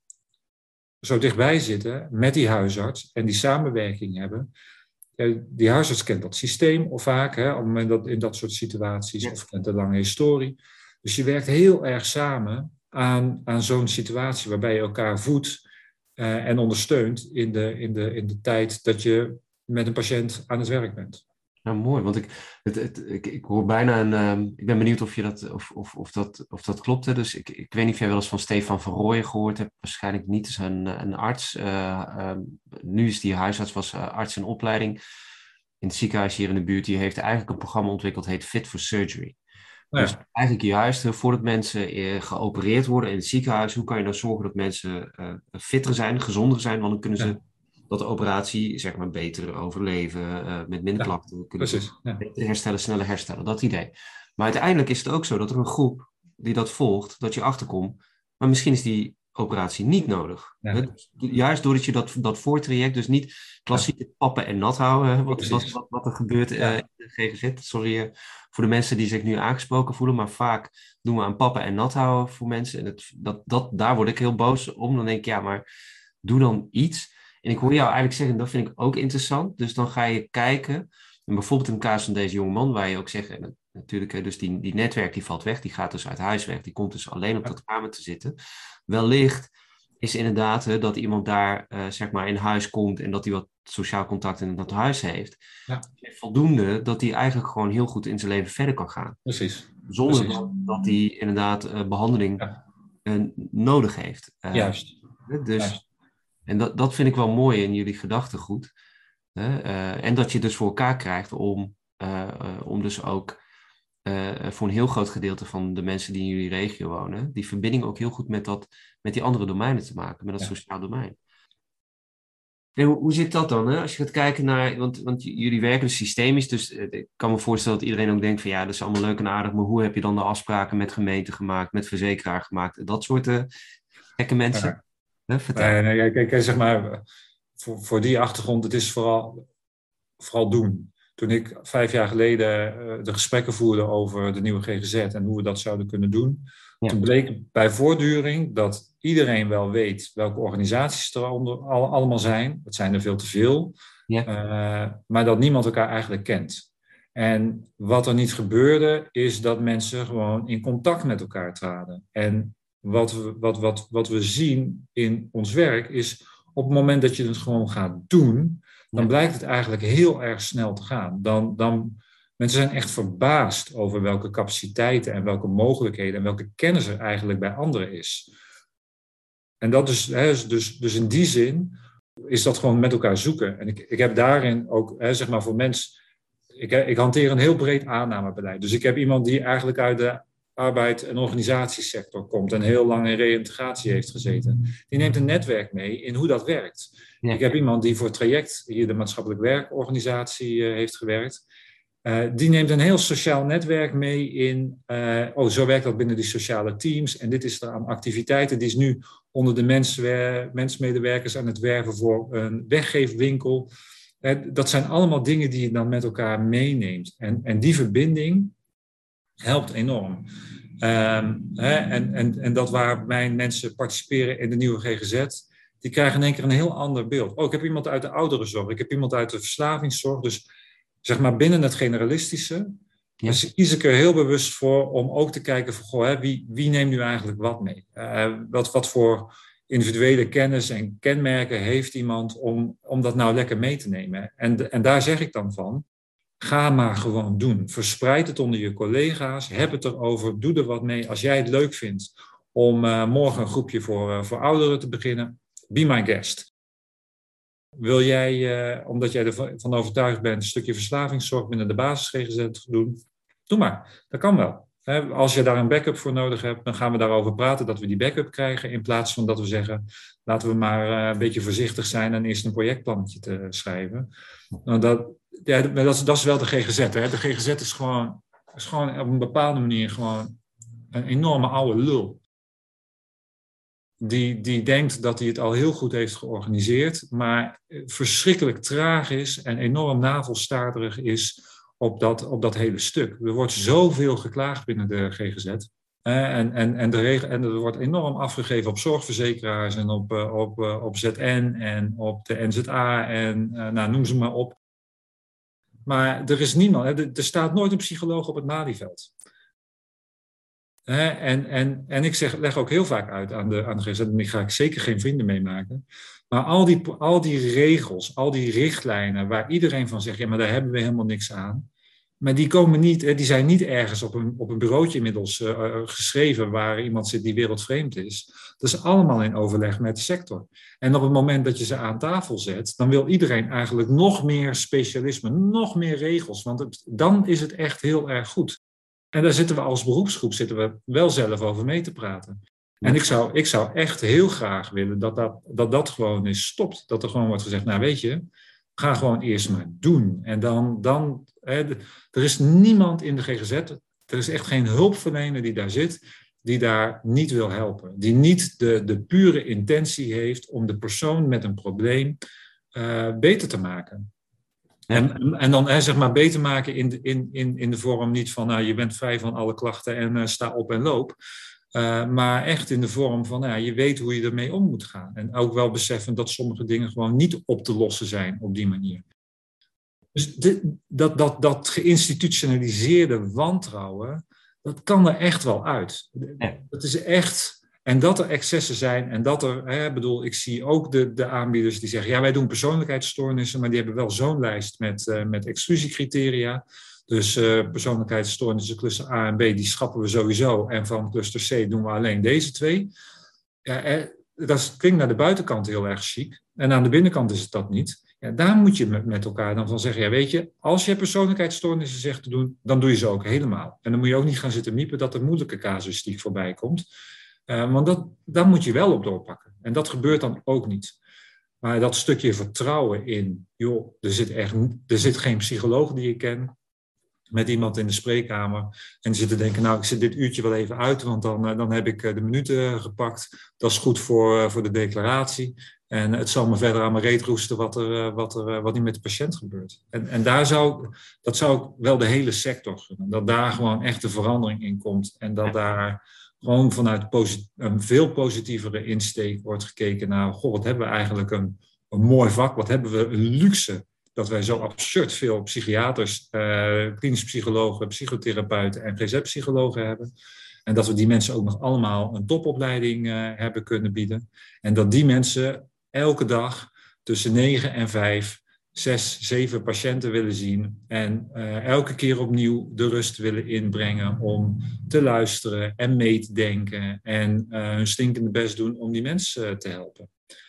zo dichtbij zitten met die huisarts en die samenwerking hebben, die huisarts kent dat systeem of vaak, hè, op het moment dat in dat soort situaties, ja. Of kent een lange historie. Dus je werkt heel erg samen aan, aan zo'n situatie waarbij je elkaar voedt uh, en ondersteunt in de, in, de, in de tijd dat je met een patiënt aan het werk bent. Nou, mooi, want ik, het, het, ik, ik hoor bijna een. ehm, ik ben benieuwd of, je dat, of, of, of, dat, of dat klopt. Hè? Dus ik, ik weet niet of jij wel eens van Stefan van Rooyen gehoord hebt. Waarschijnlijk niet. Het is een, een arts. eh, ehm, nu is die huisarts, was eh, arts in opleiding in het ziekenhuis hier in de buurt. Die heeft eigenlijk een programma ontwikkeld, heet Fit for Surgery. Nou Dus ja, eigenlijk juist eh, voordat mensen eh, geopereerd worden in het ziekenhuis, hoe kan je nou zorgen dat mensen eh, fitter zijn, gezonder zijn, want dan kunnen ze ja, dat de operatie zeg maar beter overleven, eh, met minder ja, klachten, kunnen ze precies. Ja, beter herstellen, sneller herstellen, dat idee. Maar uiteindelijk is het ook zo dat er een groep die dat volgt, dat je achterkomt, maar misschien is die operatie niet nodig. Hè? ja, Dus juist doordat je dat, dat voortraject, dus niet ja, klassieke pappen en nat houden, hè, wat, wat, precies. wat, wat er gebeurt eh, in Ja, de G G Z, sorry eh, voor de mensen die zich nu aangesproken voelen, maar vaak doen we aan pappen en nat houden voor mensen. En het, dat, dat, daar word ik heel boos om. Dan denk ik, ja, maar doe dan iets. En ik hoor jou eigenlijk zeggen, dat vind ik ook interessant. Dus dan ga je kijken, en bijvoorbeeld in de casus van deze jonge man, waar je ook zegt, en natuurlijk, hè, dus die, die netwerk die valt weg, die gaat dus uit huis weg, die komt dus alleen op ja, dat kamer te zitten. Wellicht is inderdaad hè, dat iemand daar uh, zeg maar in huis komt en dat hij wat sociaal contact in dat huis heeft. ja, Voldoende dat hij eigenlijk gewoon heel goed in zijn leven verder kan gaan. precies. Zonder Precies. dat, dat hij inderdaad uh, behandeling Ja, uh, nodig heeft. Uh, juist. dus, Juist. en dat, dat vind ik wel mooi in jullie gedachtegoed. Uh, en dat je dus voor elkaar krijgt om, uh, uh, om dus ook uh, voor een heel groot gedeelte van de mensen die in jullie regio wonen, die verbinding ook heel goed met, dat, met die andere domeinen te maken, met dat Ja. sociaal domein. En hoe, hoe zit dat dan? Hè? Als je gaat kijken naar, want, want j- jullie werken dus systemisch, dus eh, ik kan me voorstellen dat iedereen ook denkt van ja, dat is allemaal leuk en aardig, maar hoe heb je dan de afspraken met gemeenten gemaakt, met verzekeraar gemaakt, dat soort eh, gekke mensen? Ja. Hè, vertel. Nee, nee, kijk, kijk, zeg maar, voor, voor die achtergrond, het is vooral, vooral doen. Toen ik vijf jaar geleden uh, de gesprekken voerde over de nieuwe G G Z en hoe we dat zouden kunnen doen, Ja. toen bleek bij voortduring dat iedereen wel weet welke organisaties er onder, al, allemaal zijn. Dat zijn er veel te veel. Ja. Uh, maar dat niemand elkaar eigenlijk kent. En wat er niet gebeurde, is dat mensen gewoon in contact met elkaar traden. En wat we, wat, wat, wat we zien in ons werk is, op het moment dat je het gewoon gaat doen, dan Ja. blijkt het eigenlijk heel erg snel te gaan. Dan, dan, mensen zijn echt verbaasd over welke capaciteiten en welke mogelijkheden en welke kennis er eigenlijk bij anderen is. En dat is, hè, dus, dus in die zin is dat gewoon met elkaar zoeken. En ik, ik heb daarin ook, hè, zeg maar voor mensen, ik, ik hanteer een heel breed aannamebeleid. Dus ik heb iemand die eigenlijk uit de arbeid- en organisatiesector komt en heel lang in reïntegratie heeft gezeten. Die neemt een netwerk mee in hoe dat werkt. Ja. Ik heb iemand die voor het traject hier de maatschappelijk werkorganisatie uh, heeft gewerkt. Uh, die neemt een heel sociaal netwerk mee in, uh, oh, zo werkt dat binnen die sociale teams. En dit is er aan activiteiten. Die is nu onder de menswer- mensmedewerkers aan het werven voor een weggeefwinkel. Uh, dat zijn allemaal dingen die je dan met elkaar meeneemt. En, en die verbinding helpt enorm. Um, hè, en, en, en dat waar mijn mensen participeren in de nieuwe G G Z, die krijgen in één keer een heel ander beeld. Oh, ik heb iemand uit de ouderenzorg, ik heb iemand uit de verslavingszorg. Dus zeg maar binnen het generalistische, ja. Dus kies ik er heel bewust voor om ook te kijken van, goh, hè, wie, wie neemt nu eigenlijk wat mee? Uh, wat, wat voor individuele kennis en kenmerken heeft iemand om, om dat nou lekker mee te nemen? En, en daar zeg ik dan van, ga maar gewoon doen. Verspreid het onder je collega's. Heb het erover. Doe er wat mee. Als jij het leuk vindt om uh, morgen een groepje voor, uh, voor ouderen te beginnen, be my guest. Wil jij, uh, omdat jij ervan overtuigd bent, een stukje verslavingszorg binnen de basis-G G Z doen? Doe maar. Dat kan wel. He, als je daar een backup voor nodig hebt, dan gaan we daarover praten dat we die backup krijgen. In plaats van dat we zeggen, laten we maar uh, een beetje voorzichtig zijn en eerst een projectplannetje te schrijven. Nou, dat, ja, dat, is, dat is wel de G G Z. Hè. De G G Z is gewoon, is gewoon op een bepaalde manier gewoon een enorme oude lul. Die, die denkt dat hij het al heel goed heeft georganiseerd, maar verschrikkelijk traag is en enorm navelstaarderig is op dat, op dat hele stuk. Er wordt zoveel geklaagd binnen de G G Z. En, en, en, de reg- en er wordt enorm afgegeven op zorgverzekeraars en op, op, op Z N en op de N Z A en nou, noem ze maar op. Maar er is niemand, er staat nooit een psycholoog op het Malieveld. Hè, en, en, en ik zeg, leg ook heel vaak uit aan de, aan de G Z, en die ga ik zeker geen vrienden mee maken. Maar al die, al die regels, al die richtlijnen waar iedereen van zegt, ja, maar daar hebben we helemaal niks aan. Maar die komen niet, die zijn niet ergens op een, op een bureautje inmiddels uh, geschreven waar iemand zit die wereldvreemd is. Dat is allemaal in overleg met de sector. En op het moment dat je ze aan tafel zet, dan wil iedereen eigenlijk nog meer specialisme, nog meer regels. Want het, dan is het echt heel erg goed. En daar zitten we als beroepsgroep zitten we wel zelf over mee te praten. En ik zou, ik zou echt heel graag willen dat dat, dat dat gewoon is stopt. Dat er gewoon wordt gezegd, nou weet je, ga gewoon eerst maar doen. En dan, dan hè, er is niemand in de G G Z, er is echt geen hulpverlener die daar zit, die daar niet wil helpen. Die niet de, de pure intentie heeft om de persoon met een probleem uh, beter te maken. Ja. En, en dan hè, zeg maar beter maken in de, in, in, in de vorm niet van nou, je bent vrij van alle klachten en uh, sta op en loop. Uh, maar echt in de vorm van nou, je weet hoe je ermee om moet gaan. En ook wel beseffen dat sommige dingen gewoon niet op te lossen zijn op die manier. Dus dit, dat, dat, dat geïnstitutionaliseerde wantrouwen, dat kan er echt wel uit. Ja. Dat is echt... En dat er excessen zijn en dat er, hè, bedoel, ik zie ook de, de aanbieders die zeggen, ja, wij doen persoonlijkheidsstoornissen, maar die hebben wel zo'n lijst met, uh, met exclusiecriteria. Dus uh, persoonlijkheidsstoornissen cluster A en B, die schrappen we sowieso. En van cluster C doen we alleen deze twee. Ja, eh, dat klinkt naar de buitenkant heel erg chic. En aan de binnenkant is het dat niet. Ja, daar moet je met, met elkaar dan van zeggen, ja, weet je, als je persoonlijkheidsstoornissen zegt te doen, dan doe je ze ook helemaal. En dan moet je ook niet gaan zitten miepen dat er moeilijke casuïstiek voorbij komt. Uh, want dat, daar moet je wel op doorpakken. En dat gebeurt dan ook niet. Maar dat stukje vertrouwen in, joh, er zit, echt, er zit geen psycholoog die ik ken met iemand in de spreekkamer en die zit te denken, nou, ik zit dit uurtje wel even uit, want dan, uh, dan heb ik uh, de minuten gepakt. Dat is goed voor, uh, voor de declaratie. En het zal me verder aan mijn reet roesten wat er, uh, wat er uh, wat niet met de patiënt gebeurt. En, en daar zou, dat zou ik wel de hele sector gunnen. Dat daar gewoon echt de verandering in komt. En dat daar gewoon vanuit posit- een veel positievere insteek wordt gekeken naar, goh, wat hebben we eigenlijk een, een mooi vak, wat hebben we een luxe, dat wij zo absurd veel psychiaters, uh, klinisch psychologen, psychotherapeuten en G Z-psychologen hebben. En dat we die mensen ook nog allemaal een topopleiding uh, hebben kunnen bieden. En dat die mensen elke dag tussen negen en vijf, zes, zeven patiënten willen zien. En uh, elke keer opnieuw de rust willen inbrengen om te luisteren en mee te denken. En uh, hun stinkende best doen om die mensen uh, te helpen.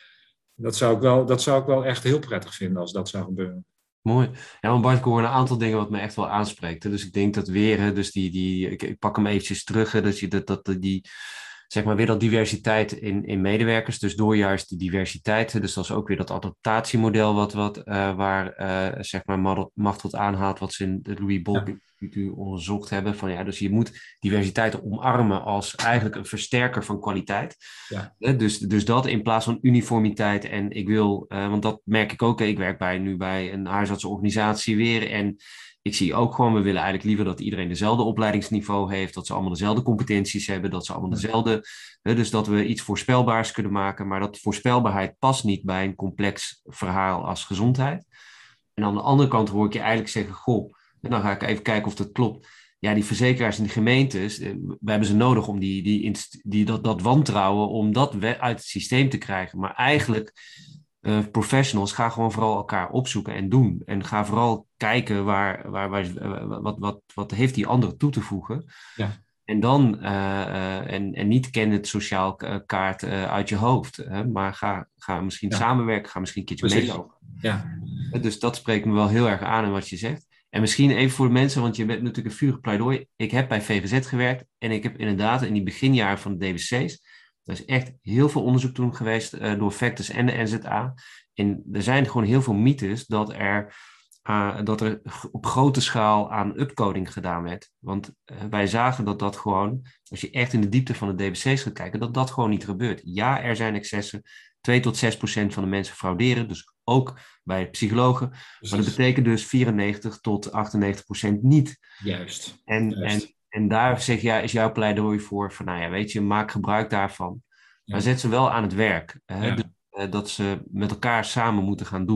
Dat zou, ik wel, dat zou ik wel echt heel prettig vinden als dat zou gebeuren. Mooi. Ja, maar Bart, ik hoor een aantal dingen wat me echt wel aanspreekt. Hè. Dus ik denk dat weer, dus die, die, ik, ik pak hem eventjes terug, hè, dus je, dat, dat, die, zeg maar weer dat diversiteit in, in medewerkers. Dus door juist die diversiteit, dus dat is ook weer dat adaptatiemodel wat, wat, uh, waar uh, zeg maar Machteld aanhaalt, wat ze in het Louis Bolk Instituut onderzocht hebben. Van, ja, dus je moet diversiteit omarmen als eigenlijk een versterker van kwaliteit. Ja. Uh, dus, dus dat in plaats van uniformiteit. En ik wil, uh, want dat merk ik ook, ik werk bij, nu bij een huisartsenorganisatie weer en ik zie ook gewoon, we willen eigenlijk liever dat iedereen dezelfde opleidingsniveau heeft, dat ze allemaal dezelfde competenties hebben, dat ze allemaal dezelfde, hè, dus dat we iets voorspelbaars kunnen maken, maar dat voorspelbaarheid past niet bij een complex verhaal als gezondheid. En aan de andere kant hoor ik je eigenlijk zeggen, goh, en dan ga ik even kijken of dat klopt. Ja, die verzekeraars en die gemeentes, we hebben ze nodig om die, die, die, dat, dat wantrouwen, om dat uit het systeem te krijgen. Maar eigenlijk, uh, professionals, gaan gewoon vooral elkaar opzoeken en doen. En ga vooral kijken waar, waar, waar, uh, wat, wat, wat heeft die andere toe te voegen. Ja. En dan, uh, uh, en, en niet ken het sociaal kaart uh, uit je hoofd. Hè, maar ga, ga misschien ja. samenwerken, ga misschien een keertje meelopen. Ja. Dus dat spreekt me wel heel erg aan in wat je zegt. En misschien even voor de mensen, want je bent natuurlijk een vurig pleidooi. Ik heb bij V G Z gewerkt en ik heb inderdaad in die beginjaren van de D B C's, er is echt heel veel onderzoek toen geweest uh, door Vectus en de N Z A. En er zijn gewoon heel veel mythes dat er, uh, dat er op grote schaal aan upcoding gedaan werd. Want uh, wij zagen dat dat gewoon, als je echt in de diepte van de D B C's gaat kijken, dat dat gewoon niet gebeurt. Ja, er zijn excessen. twee tot zes procent van de mensen frauderen, dus ook bij psychologen. Precies. Maar dat betekent dus vierennegentig tot achtennegentig procent niet. Juist. En, Juist. en, en daar zeg je, ja, is jouw pleidooi voor, van nou ja, weet je, maak gebruik daarvan. Ja. Maar zet ze wel aan het werk. Hè? Ja. Dus, uh, dat ze met elkaar samen moeten gaan doen.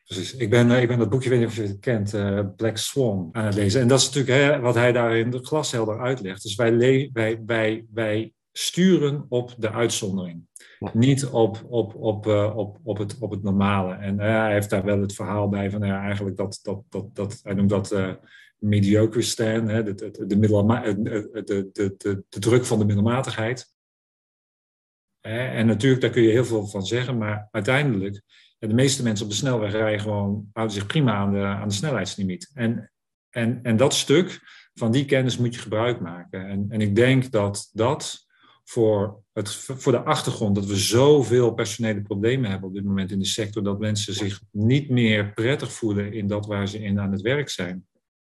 precies. Ik ben, ik ben dat boekje, weet niet of je het kent, uh, Black Swan, aan het lezen. En dat is natuurlijk hè, wat hij daarin glashelder uitlegt. Dus wij, le- wij, wij, wij sturen op de uitzondering. Ja. Niet op, op, op, uh, op, op, het, op het normale. En uh, hij heeft daar wel het verhaal bij van uh, eigenlijk dat, dat, dat, dat, hij noemt dat uh, mediocre stand, hè, de, de, de, middelma- de, de, de, de, de druk van de middelmatigheid. Uh, en natuurlijk, daar kun je heel veel van zeggen, maar uiteindelijk, uh, de meeste mensen op de snelweg rijden gewoon, houden zich prima aan de, aan de snelheidslimiet. En, en, en dat stuk van die kennis moet je gebruik maken. En, en ik denk dat dat voor, het, voor de achtergrond, dat we zoveel personele problemen hebben op dit moment in de sector, dat mensen zich niet meer prettig voelen in dat waar ze in aan het werk zijn.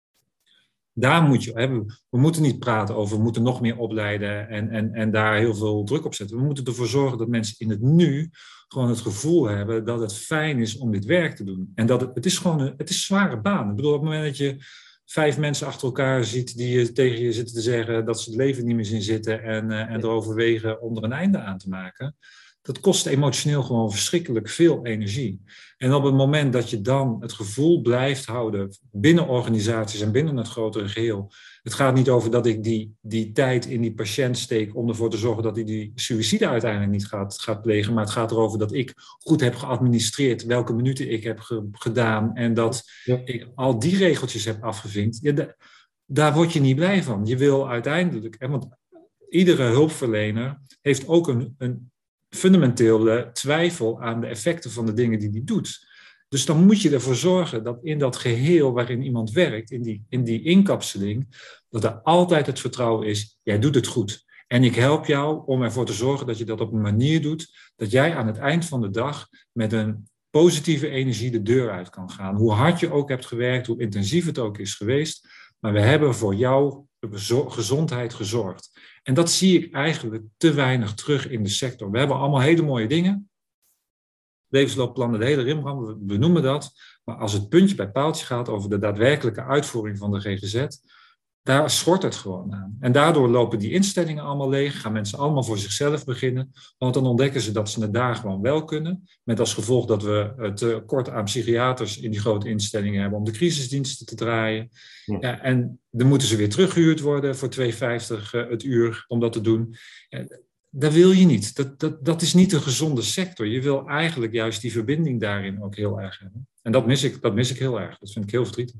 Daar moet je, hè, we moeten niet praten over, we moeten nog meer opleiden en, en, en daar heel veel druk op zetten. We moeten ervoor zorgen dat mensen in het nu gewoon het gevoel hebben dat het fijn is om dit werk te doen. En dat het, het is gewoon een, het is een zware baan. Ik bedoel, op het moment dat je vijf mensen achter elkaar ziet die je, tegen je zitten te zeggen dat ze het leven niet meer zien zitten en, uh, en erover wegen om er een einde aan te maken. Dat kost emotioneel gewoon verschrikkelijk veel energie. En op het moment dat je dan het gevoel blijft houden binnen organisaties en binnen het grotere geheel. Het gaat niet over dat ik die, die tijd in die patiënt steek om ervoor te zorgen dat hij die suïcide uiteindelijk niet gaat, gaat plegen. Maar het gaat erover dat ik goed heb geadministreerd welke minuten ik heb ge, gedaan. En dat ja. ik al die regeltjes heb afgevinkt. Ja, da, daar word je niet blij van. Je wil uiteindelijk, hè, want iedere hulpverlener heeft ook een, een fundamentele twijfel aan de effecten van de dingen die hij doet. Dus dan moet je ervoor zorgen dat in dat geheel waarin iemand werkt, in die, in die inkapseling, dat er altijd het vertrouwen is, jij doet het goed. En ik help jou om ervoor te zorgen dat je dat op een manier doet, dat jij aan het eind van de dag met een positieve energie de deur uit kan gaan. Hoe hard je ook hebt gewerkt, hoe intensief het ook is geweest, maar we hebben voor jouw gezondheid gezorgd. En dat zie ik eigenlijk te weinig terug in de sector. We hebben allemaal hele mooie dingen. Levensloopplannen, de hele rimram, we benoemen dat. Maar als het puntje bij paaltje gaat over de daadwerkelijke uitvoering van de G G Z, daar schort het gewoon aan. En daardoor lopen die instellingen allemaal leeg, gaan mensen allemaal voor zichzelf beginnen. Want dan ontdekken ze dat ze het daar gewoon wel kunnen. Met als gevolg dat we tekort aan psychiaters in die grote instellingen hebben om de crisisdiensten te draaien. Ja. Ja, en dan moeten ze weer teruggehuurd worden voor twee vijftig het uur om dat te doen. Ja, dat wil je niet. Dat, dat, dat is niet een gezonde sector. Je wil eigenlijk juist die verbinding daarin ook heel erg hebben. En dat mis ik, dat mis ik heel erg. Dat vind ik heel verdrietig.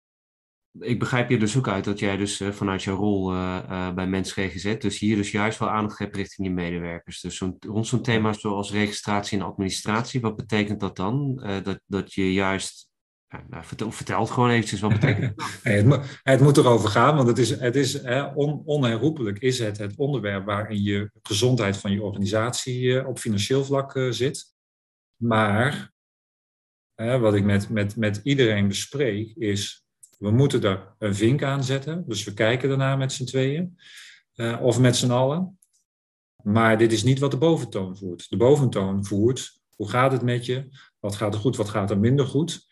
Ik begrijp je dus ook uit dat jij dus uh, vanuit jouw rol uh, uh, bij Mens G G Z dus hier dus juist wel aandacht hebt richting je medewerkers. Dus zo'n, rond zo'n thema zoals registratie en administratie, wat betekent dat dan? Uh, dat, dat je juist, uh, nou, vertel, vertel het gewoon eventjes, wat betekent dat? Nee, het, moet, het moet erover gaan, want het is, het is hè, on, onherroepelijk is het het onderwerp waarin je gezondheid van je organisatie uh, op financieel vlak uh, zit. Maar uh, wat ik met, met, met iedereen bespreek is, we moeten er een vink aan zetten. Dus we kijken daarna met z'n tweeën. Uh, of met z'n allen. Maar dit is niet wat de boventoon voert. De boventoon voert, hoe gaat het met je? Wat gaat er goed, wat gaat er minder goed?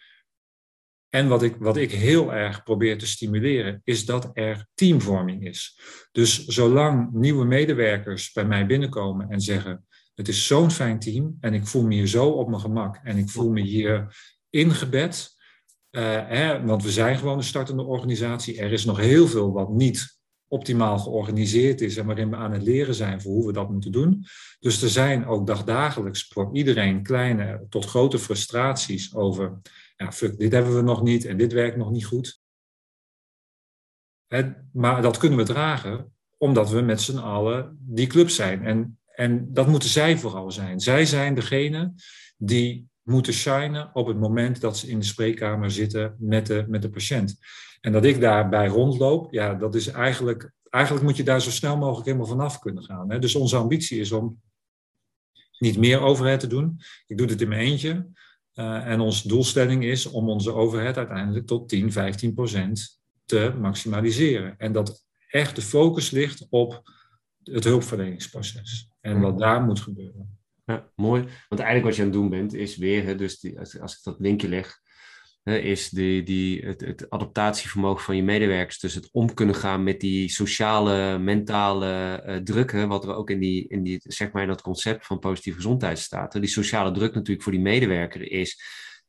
En wat ik, wat ik heel erg probeer te stimuleren, is dat er teamvorming is. Dus zolang nieuwe medewerkers bij mij binnenkomen en zeggen, het is zo'n fijn team en ik voel me hier zo op mijn gemak en ik voel me hier ingebed. Uh, hè, want we zijn gewoon een startende organisatie. Er is nog heel veel wat niet optimaal georganiseerd is en waarin we aan het leren zijn voor hoe we dat moeten doen. Dus er zijn ook dagdagelijks voor iedereen kleine tot grote frustraties over, ja, fuck, dit hebben we nog niet en dit werkt nog niet goed. Hè, maar dat kunnen we dragen omdat we met z'n allen die club zijn. En, en dat moeten zij vooral zijn. Zij zijn degene die moeten shinen op het moment dat ze in de spreekkamer zitten met de, met de patiënt. En dat ik daarbij rondloop, ja, dat is eigenlijk, eigenlijk moet je daar zo snel mogelijk helemaal vanaf kunnen gaan. Hè? Dus onze ambitie is om niet meer overhead te doen. Ik doe dit in mijn eentje. Uh, en onze doelstelling is om onze overhead uiteindelijk tot tien, vijftien procent te maximaliseren. En dat echt de focus ligt op het hulpverleningsproces. En wat daar moet gebeuren. Ja, mooi. Want eigenlijk wat je aan het doen bent, is weer, hè, dus die, als, als ik dat linkje leg, hè, is die, die, het, het adaptatievermogen van je medewerkers. Dus het om kunnen gaan met die sociale, mentale uh, druk, hè, wat er ook in, die, in, die, zeg maar in dat concept van positieve gezondheid staat. Hè. Die sociale druk natuurlijk voor die medewerker is,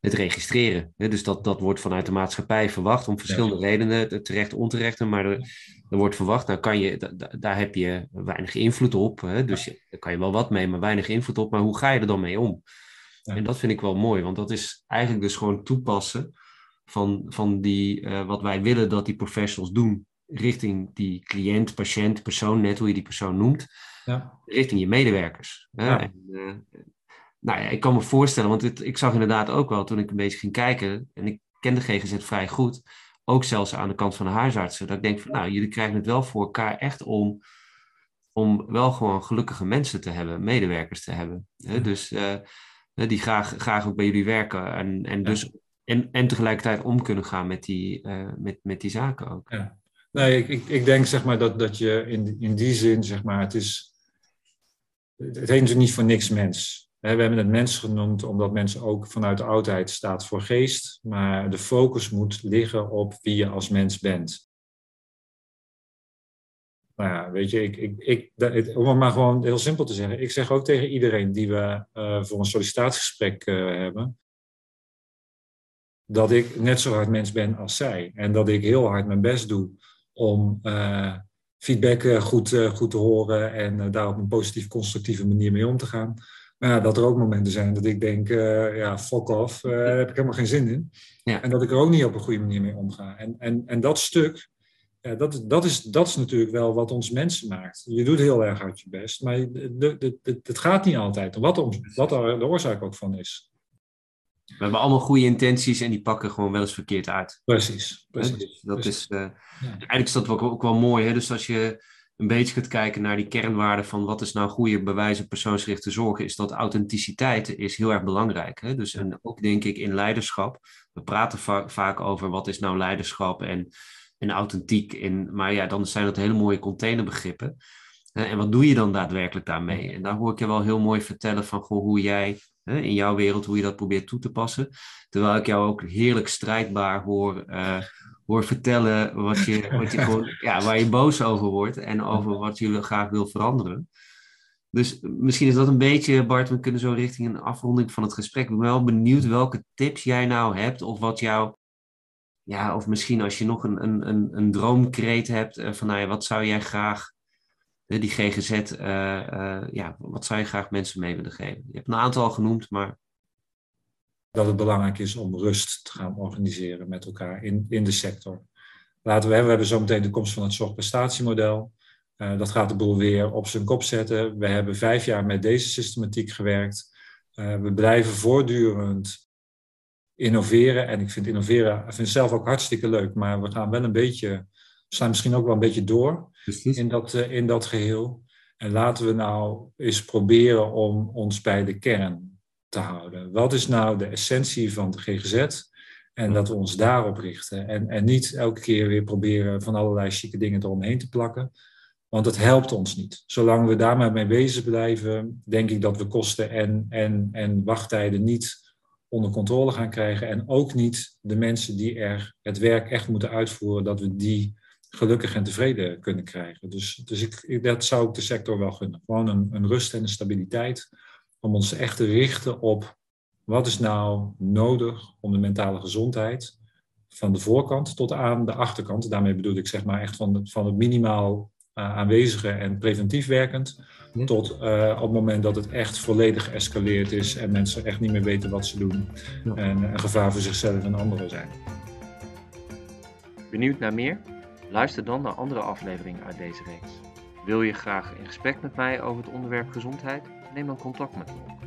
het registreren. Hè? Dus dat, dat wordt vanuit de maatschappij verwacht om verschillende ja. redenen, terecht, onterecht, maar er, er wordt verwacht, nou kan je, da, daar heb je weinig invloed op. Hè? Dus ja. daar kan je wel wat mee, maar weinig invloed op. Maar hoe ga je er dan mee om? Ja. En dat vind ik wel mooi, want dat is eigenlijk dus gewoon toepassen van, van die, uh, wat wij willen dat die professionals doen richting die cliënt, patiënt, persoon, net hoe je die persoon noemt, ja. richting je medewerkers. Hè? Ja. En, uh, nou ja, ik kan me voorstellen, want het, ik zag inderdaad ook wel toen ik een beetje ging kijken, en ik ken de G G Z vrij goed, ook zelfs aan de kant van de huisartsen, dat ik denk van nou, jullie krijgen het wel voor elkaar echt om, om wel gewoon gelukkige mensen te hebben, medewerkers te hebben. Hè? Dus uh, die graag, graag ook bij jullie werken en, en dus en, en tegelijkertijd om kunnen gaan met die, uh, met, met die zaken ook. Ja. Nee, ik, ik, ik denk zeg maar dat, dat je in, in die zin, zeg maar, het is, het heet natuurlijk niet voor niks mens. We hebben het mens genoemd omdat mensen ook vanuit de oudheid staat voor geest, maar de focus moet liggen op wie je als mens bent. Nou ja, weet je, ik, ik, ik, om het maar gewoon heel simpel te zeggen, ik zeg ook tegen iedereen die we uh, voor een sollicitatiegesprek uh, hebben, dat ik net zo hard mens ben als zij. En dat ik heel hard mijn best doe om uh, feedback uh, goed, uh, goed te horen en uh, daar op een positief, constructieve manier mee om te gaan. Maar ja, dat er ook momenten zijn dat ik denk, uh, ja, fuck off, uh, daar heb ik helemaal geen zin in. Ja. En dat ik er ook niet op een goede manier mee omga. En, en, en dat stuk, ja, dat, dat, is, dat is natuurlijk wel wat ons mensen maakt. Je doet heel erg hard je best, maar het gaat niet altijd om wat, om, wat er de oorzaak ook van is. We hebben allemaal goede intenties en die pakken gewoon wel eens verkeerd uit. Precies. precies dus dat precies. Is, uh, ja. Eigenlijk is dat ook, ook wel mooi. Hè? Dus als je een beetje gaat kijken naar die kernwaarden van wat is nou goede bewijzen persoonsgerichte zorg, is dat authenticiteit is heel erg belangrijk. Hè? Dus en ook denk ik in leiderschap. We praten va- vaak over wat is nou leiderschap en, en authentiek. En, maar ja, dan zijn dat hele mooie containerbegrippen. En wat doe je dan daadwerkelijk daarmee? En daar hoor ik je wel heel mooi vertellen van goh, hoe jij in jouw wereld, hoe je dat probeert toe te passen. Terwijl ik jou ook heerlijk strijdbaar hoor, uh, hoor vertellen wat je, wat je gewoon, ja, waar je boos over wordt en over wat je graag wil veranderen. Dus misschien is dat een beetje, Bart, we kunnen zo richting een afronding van het gesprek. Ik ben wel benieuwd welke tips jij nou hebt of wat jou, ja, of misschien als je nog een, een, een, een droomkreet hebt uh, van nou ja, wat zou jij graag die G G Z, uh, uh, ja, wat zou je graag mensen mee willen geven? Je hebt een aantal al genoemd, maar... Dat het belangrijk is om rust te gaan organiseren met elkaar in, in de sector. Laten we, we hebben zometeen de komst van het zorgprestatiemodel. Uh, dat gaat de boel weer op zijn kop zetten. We hebben vijf jaar met deze systematiek gewerkt. Uh, we blijven voortdurend innoveren. En ik vind innoveren, ik vind het zelf ook hartstikke leuk, maar we gaan wel een beetje... We staan misschien ook wel een beetje door in dat, uh, in dat geheel. En laten we nou eens proberen om ons bij de kern te houden. Wat is nou de essentie van de G G Z? En dat we ons daarop richten. En, en niet elke keer weer proberen van allerlei chique dingen eromheen te plakken. Want het helpt ons niet. Zolang we daar maar mee bezig blijven, denk ik dat we kosten en, en, en wachttijden niet onder controle gaan krijgen. En ook niet de mensen die er het werk echt moeten uitvoeren, dat we die gelukkig en tevreden kunnen krijgen. Dus, dus ik, dat zou ik de sector wel gunnen. Gewoon een, een rust en een stabiliteit om ons echt te richten op wat is nou nodig om de mentale gezondheid van de voorkant tot aan de achterkant. Daarmee bedoel ik zeg maar echt van het, van het minimaal uh, aanwezige en preventief werkend ja. tot uh, op het moment dat het echt volledig geëscaleerd is en mensen echt niet meer weten wat ze doen ja. en een gevaar voor zichzelf en anderen zijn. Benieuwd naar meer? Luister dan naar andere afleveringen uit deze reeks. Wil je graag in gesprek met mij over het onderwerp gezondheid? Neem dan contact met me op.